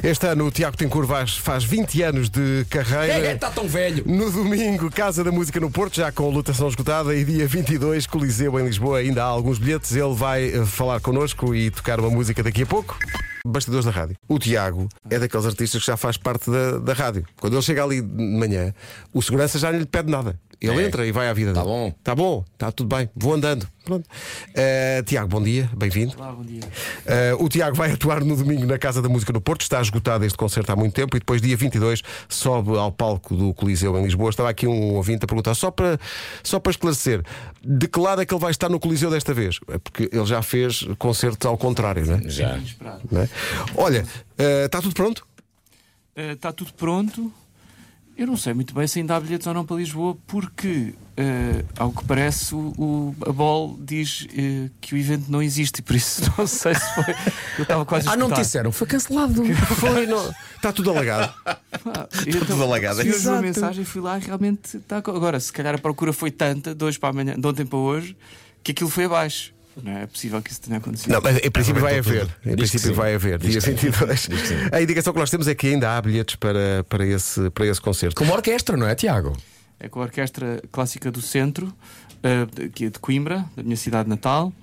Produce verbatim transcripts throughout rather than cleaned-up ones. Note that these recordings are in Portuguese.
Este ano o Tiago Tencourt faz, faz vinte anos de carreira. É, está tão velho. No domingo, Casa da Música no Porto, já com lotação esgotada, e dia vinte e dois, Coliseu em Lisboa, ainda há alguns bilhetes. Ele vai uh, falar connosco e tocar uma música daqui a pouco. Bastidores da rádio. O Tiago é daqueles artistas que já faz parte da, da rádio. Quando ele chega ali de manhã, o segurança já não lhe pede nada. Ele É. entra e vai à vida Tá dele. bom. Tá bom, está tudo bem. Vou andando. Pronto. Uh, Tiago, bom dia, bem-vindo. Olá, bom dia. Uh, o Tiago vai atuar no domingo na Casa da Música no Porto. Está esgotado este concerto há muito tempo. E depois, dia vinte e dois, sobe ao palco do Coliseu em Lisboa. Estava aqui um ouvinte a perguntar, só para, só para esclarecer, de que lado é que ele vai estar no Coliseu desta vez? É porque ele já fez concertos ao contrário, não é? Já. Inesperado. Não é? Olha, uh, está tudo pronto? Uh, Está tudo pronto. Eu não sei muito bem se ainda há bilhetes ou não para Lisboa, porque, uh, ao que parece, o, o- a Bol diz uh, que o evento não existe, e por isso não sei se foi. Eu estava quase a Ah, não te escutar. disseram? Foi cancelado. Foi, não. Está tudo alagado. Ah, então, tudo alagado. recebi hoje uma Exato. mensagem e fui lá e realmente está. Agora, se calhar a procura foi tanta, de hoje para amanhã, de ontem para hoje, que aquilo foi abaixo. Não é possível que isso tenha acontecido. Não, mas em princípio vai haver. Em Diz que princípio sim. vai haver. Dia Diz que vinte e dois. A indicação que nós temos é que ainda há bilhetes para, para, esse, para esse concerto. Com uma orquestra, não é, Tiago? É com a Orquestra Clássica do Centro, uh, de- que é de Coimbra, da minha cidade natal,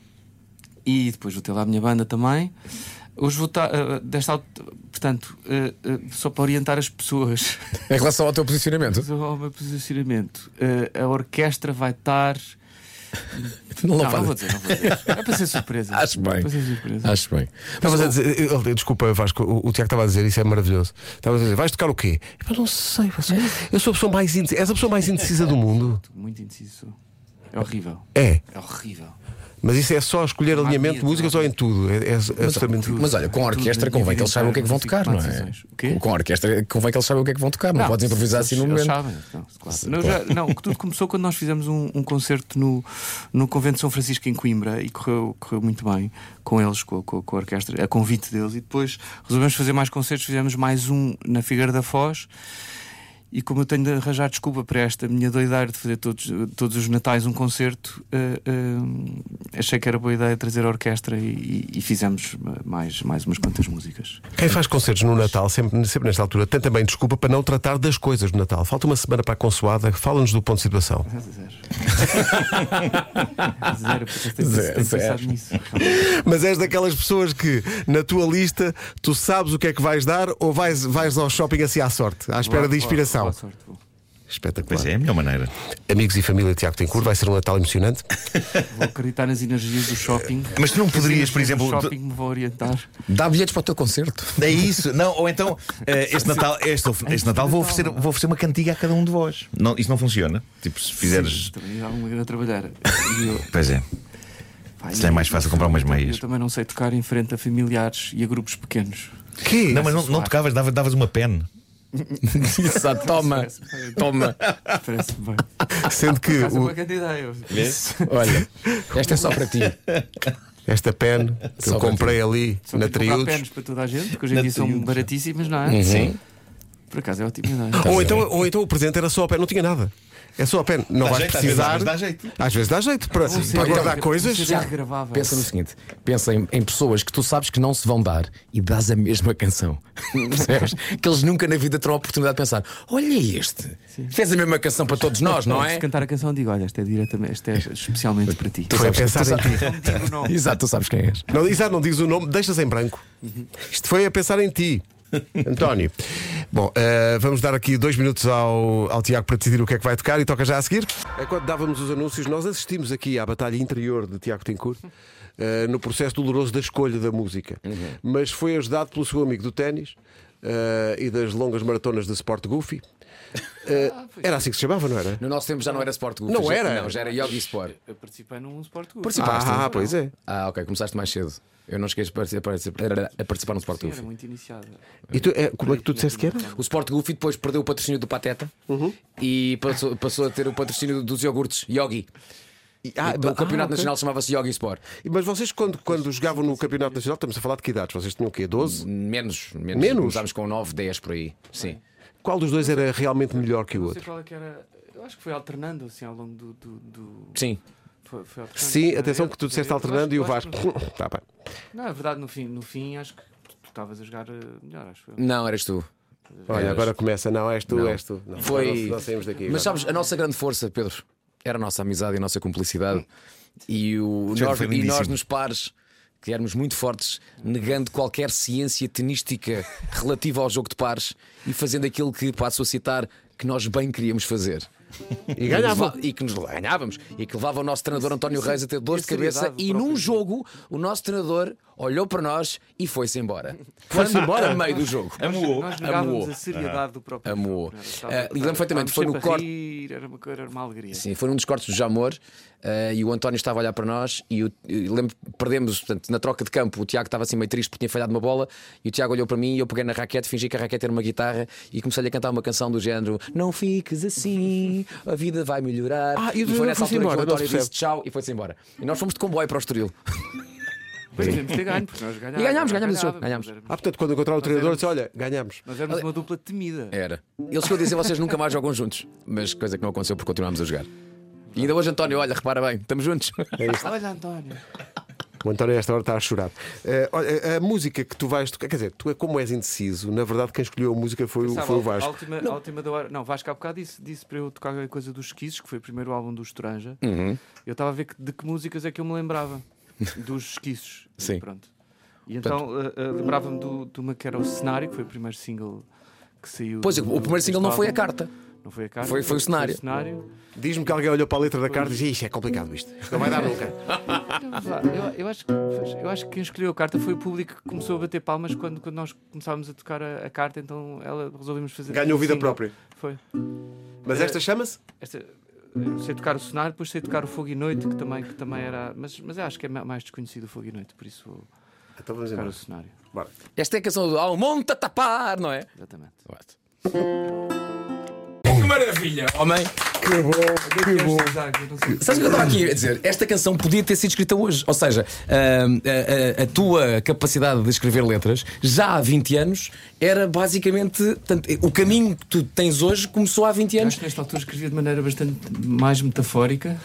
e depois vou ter lá a minha banda também. Hoje vou estar, uh, desta altura, portanto, uh, uh, só para orientar as pessoas Em relação ao teu posicionamento. ao meu posicionamento, uh, a orquestra vai estar. Não, Não, faz- não vou dizer, não vou dizer. É para ser surpresa. Acho bem. É para ser surpresa. Acho bem. Estavas a dizer, eu- desculpa, Vasco, o, o Tiago estava a dizer, isso é maravilhoso. Estavas a dizer, vais tocar o quê? Eu não sei, Vasco. Eu sou a pessoa mais indecisa. És a pessoa mais indecisa do mundo. Muito indeciso. É horrível. É, É horrível. mas isso é só escolher Não há alinhamento de medo, músicas não há ou em tudo? É, é absolutamente tudo. Mas olha, com a Tudo orquestra na minha convém que vida eles saibam o que é que vão inteira, tocar, não não fico é? tomar decisões. O quê? Com a orquestra convém que eles saibam o que é que vão tocar, não, podes improvisar eles- assim no eles momento. sabem, não, claro. Não, já- não, que tudo começou quando nós fizemos um, um concerto no, no Convento de São Francisco em Coimbra e correu, correu muito bem com eles, com, com- com a orquestra, a convite deles. E depois resolvemos fazer mais concertos, fizemos mais um na Figueira da Foz. E como eu tenho de arranjar desculpa para esta minha doideira de fazer todos, todos os Natais um concerto, eh, eh, achei que era boa ideia trazer a orquestra e, e- e fizemos mais, mais umas quantas músicas. Quem faz concertos no Natal, sempre, sempre nesta altura, tem também desculpa para não tratar das coisas do Natal. Falta uma semana para a consoada, fala-nos do ponto de situação. Zero. Zero, porque eu tenho, Zero, tenho zero. pensado nisso. Mas és daquelas pessoas que, na tua lista, tu sabes o que é que vais dar ou vais, vais ao shopping assim à sorte, à espera de inspiração? Boa sorte, boa. Espetacular. Pois é, a melhor maneira. Amigos e família de Tiago Tencourt, vai ser um Natal emocionante. Vou acreditar nas energias do shopping. Mas tu não Que as poderias, por energias exemplo, do shopping me vão orientar. Dá bilhetes para o teu concerto. É isso, não, ou então eh, este Natal, este, este Natal vou oferecer, vou oferecer uma cantiga a cada um de vós. Não, isso não funciona. Tipo, se fizeres. Sim, também há uma a trabalhar. E eu- Pois é. pá, Se lhe é mais fácil comprar umas eu- meias. Eu também não sei tocar em frente a familiares e a grupos pequenos. Que? Não, mas não, não tocavas, davas, davas uma pen. Exato, toma. Parece-me bem. Toma. Parece-me bem. Sendo que Caso o- uma grande ideia. Olha, esta é só para ti. esta pen que Só eu para comprei ali Só na tenho que comprar Triudos. penas para toda a gente, porque hoje em Na dia são Triudos. baratíssimas, não é? Sim. Por acaso é ótima ideia. Ou então, ou então o presente era só a pen, não tinha nada. É só a pen. Não Dá vais jeito, às precisar. vezes dá jeito. Às vezes dá jeito para, para Então, guardar um coisas. C D regravável. Pensa no seguinte: pensa em, em pessoas que tu sabes que não se vão dar e dás a mesma canção. Percebes? Que eles nunca na vida terão a oportunidade de pensar: olha este, fez a mesma canção para todos nós, não é? Se cantar a canção, digo: olha, esta é diretamente, esta é especialmente para ti. Foi a sabes- pensar tu em ti. sabes- Digo o nome. Exato, tu sabes quem és. Não, exato, não dizes o nome, deixas em branco. Isto foi a pensar em ti, António. Bom, eh, vamos dar aqui dois minutos ao, ao Tiago para decidir o que é que vai tocar e toca já a seguir. Enquanto dávamos os anúncios, nós assistimos aqui à batalha interior de Tiago Tencourt, eh, no processo doloroso da escolha da música. Mas foi ajudado pelo seu amigo do ténis eh, e das longas maratonas de Sport Goofy. Eh, era assim que se chamava, não era? No nosso tempo já não era Sport Goof. Não já- era? Não, já era Yogi Sport. Eu participei num Sport Group. Participaste? Ah, pois é. Ah, ok, começaste mais cedo. Eu não esqueci de participar, participar, a participar no Sport Sim, Goof. era muito iniciado. E tu, eh, como é que tu disseste que era? O Sport Goofy depois perdeu o patrocínio do Pateta e passou, passou a ter o patrocínio dos iogurtes Yogi. Ah, o campeonato ah, ok. nacional chamava-se Yogi Sport. Mas vocês, quando, quando jogavam no Campeonato Nacional, estamos a falar de que idades? Vocês tinham o quê? doze? Menos, menos. Menos? Começámos com nove, dez por aí. Sim. Qual dos dois era realmente melhor que o Não sei outro? qual é que era. Eu acho que foi alternando assim ao longo do. do, do... Sim. Foi, foi alternando. Sim, Era atenção eu, que tu era disseste eu. alternando e o Eu acho Vasco. que- Tá bem. Não, é verdade, no fim, no fim acho que estavas a jogar melhor, acho eu. Não, eras tu. Olha, agora começa. Não, és tu, Não. és tu. Não, Foi. Não, não saímos daqui. Mas agora. sabes, a nossa grande força, Pedro, era a nossa amizade e a nossa cumplicidade. E, o, Já nós, foi e lindíssimo. nós nos pares, que éramos muito fortes, negando qualquer ciência tenística relativa ao jogo de pares e fazendo aquilo que passo a citar que nós bem queríamos fazer. E ganhavam. E que nos ganhávamos. E que levava o nosso treinador António Reis a ter dor e de a cabeça. seriedade do E próprio num jogo. jogo, o nosso treinador olhou para nós e foi-se embora. Foi-se embora? A meio do jogo. Amuou. Nós negávamos Amou. a seriedade do próprio Amou. jogo. Ah, e lembro perfeitamente, foi no corte. corte. Era uma, era uma alegria. Sim, foi num dos cortes do Jamor. Uh, e o António estava a olhar para nós e, o, e lembro perdemos, portanto, na troca de campo. O Tiago estava assim meio triste porque tinha falhado uma bola. E o Tiago olhou para mim e eu peguei na raquete, fingi que a raquete era uma guitarra e comecei-lhe a cantar uma canção do género: não fiques assim, a vida vai melhorar. Ah, e o foi nessa foi-se altura embora, que o não António se disse tchau e foi-se embora. E nós fomos de comboio para o Estoril. Pois devemos ter ganho, porque nós ganhámos. E ganhámos, ganhámos esse jogo, ganhámos. Nós éramos, Ah, portanto, quando encontrar o treinador, éramos- disse: olha, ganhamos. nós éramos uma dupla temida. Era. Ele chegou a dizer: vocês nunca mais jogam juntos. Mas coisa que não aconteceu porque continuámos a jogar. E ainda hoje, António, olha, repara bem, estamos juntos. É isto. Olha, António. O António, a esta hora, está a chorar. Eh, olha, a música que tu vais tocar, quer dizer, tu é como és indeciso. Na verdade, quem escolheu a música foi, o- Sabe, foi o a Vasco. última, a última da hora. Não, Vasco há bocado disse, disse para eu tocar a coisa dos Esquises, que foi o primeiro álbum do Estranja. Uhum. Eu estava a ver que- de que músicas é que eu me lembrava. Dos Esquises. Sim. Pronto. E então uh, uh, lembrava-me do- de uma que era o Cenário, que foi o primeiro single que saiu. Pois, do- o primeiro single deste não foi a álbum. carta. Não foi a carta. Foi- foi o Cenário. cenário. Diz-me que alguém olhou para a letra da carta e disse: isto é complicado isto. Isto não vai dar nunca. Eu, eu, acho que, eu acho que quem escolheu a carta foi o público que começou a bater palmas quando, quando nós começávamos a tocar a, a carta, então ela resolvemos fazer. Ganhou vida single. própria. Foi. Mas esta chama-se? Esta, eu sei tocar o Cenário, depois sei tocar o Fogo e Noite, que também, que também era. Mas, mas eu acho que é ma- mais desconhecido o Fogo e Noite, por isso vou Então vamos tocar embora. o Cenário. Bora. Esta é a canção do Ao Monte a Tapar, não é? Exatamente. Que maravilha, homem! Que bom, que bom. Sabes o que eu estava aqui a dizer? Esta canção podia ter sido escrita hoje. Ou seja, a, a- a tua capacidade de escrever letras já há vinte anos era basicamente. Portanto, o caminho que tu tens hoje começou há vinte anos. Acho que nesta altura escrevia de maneira bastante mais metafórica.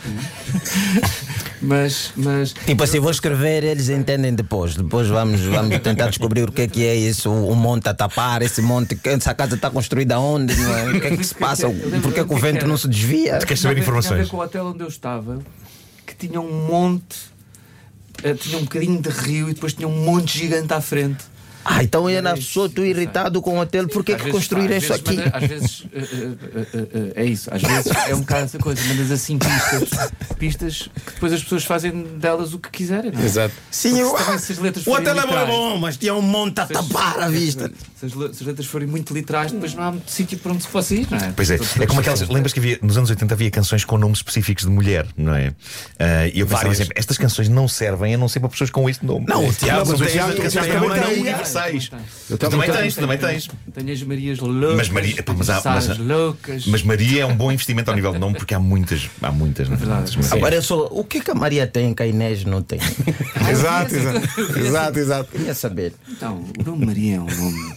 mas, mas Tipo assim, vou escrever, eles entendem depois. Depois vamos, vamos tentar descobrir o que é que é isso, o monte a tapar, esse monte, que- essa casa está construída onde, não é? O que é que se passa? Porquê que o vento não se desvia? Queres saber tinha a ver- tinha a informações? ver com o hotel onde eu estava, que tinha um monte, eh, tinha um bocadinho de rio e depois tinha um monte gigante à frente. Ah, então eu era só tu irritado com o hotel, porquê Às que vezes, construíram às isso vezes aqui? manda- às vezes eh, eh, eh, eh, é isso, às vezes é um bocado essa coisa, mandas assim pistas, pistas que depois as pessoas fazem delas o que quiserem. Não é? Exato. Sim, eu, Se também se as letras o forem hotel é literais. bom, mas tinha um monte a tapar a vista. Se as, le- se as letras forem muito literais, depois não há muito sítio para onde se possa ir, não é? Pois é, é como aquelas. Lembras que havia, nos anos oitenta havia canções com nomes específicos de mulher, não é? Ah, e eu pensava Várias. sempre: estas canções não servem a não ser para pessoas com este nome. Não, o Tiago mas o tem- Tiago o tem Tiago canções também não tem. universais. Eu Tu também tens, tu também tens. Tenho as Marias loucas, Mas Maria- pá, mas há- Saras mas há- loucas. Mas Maria é um bom investimento ao nível de nome porque há muitas, há muitas, não é? Verdade. Muitas- Agora eu sou. O que é que a Maria tem que a Inês não tem? Exato, exato. Exato, exato. Queria saber. Então, o nome Maria é um nome.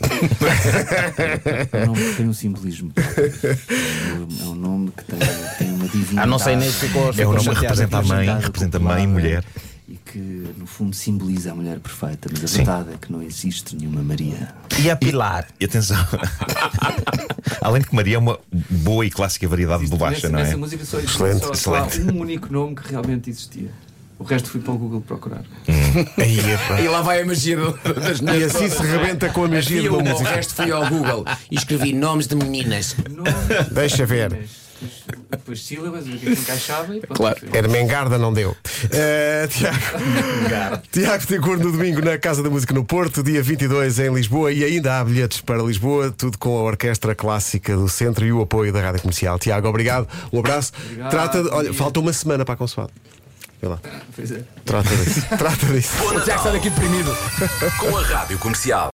É um nome que tem um simbolismo. É um nome que tem, tem uma divindade. A nossa Inês ficou. É um ficou nome que chateada representa a com mãe, jantar. representa a mãe e mulher. E que, no fundo, simboliza a mulher perfeita. Mas a verdade é que não existe nenhuma Maria. E a Pilar? E atenção, além de que Maria é uma boa e clássica variedade de bolacha, nessa, não é? nessa música só, Excelente, só, só há excelente. um único nome que realmente existia. O resto fui para o Google procurar. Aí, epá. E lá vai a magia do- das E mulheres. assim se rebenta com a magia E de eu, uma o música. resto fui ao Google e escrevi nomes de meninas. Deixa ver. Depois sílabas, o que é que encaixava e pronto. Claro. Foi. Ermengarda não deu. Eh, Tiago. Tiago Ticur no domingo na Casa da Música no Porto, dia vinte e dois em Lisboa, e ainda há bilhetes para Lisboa, tudo com a Orquestra Clássica do Centro e o apoio da Rádio Comercial. Tiago, obrigado. Um abraço. Obrigado, Trata de, bom olha, dia. falta uma semana para a Consoado. Vê lá. Pois é. Trata disso. Trata disso. O Tiago está daqui deprimido. Com a Rádio Comercial.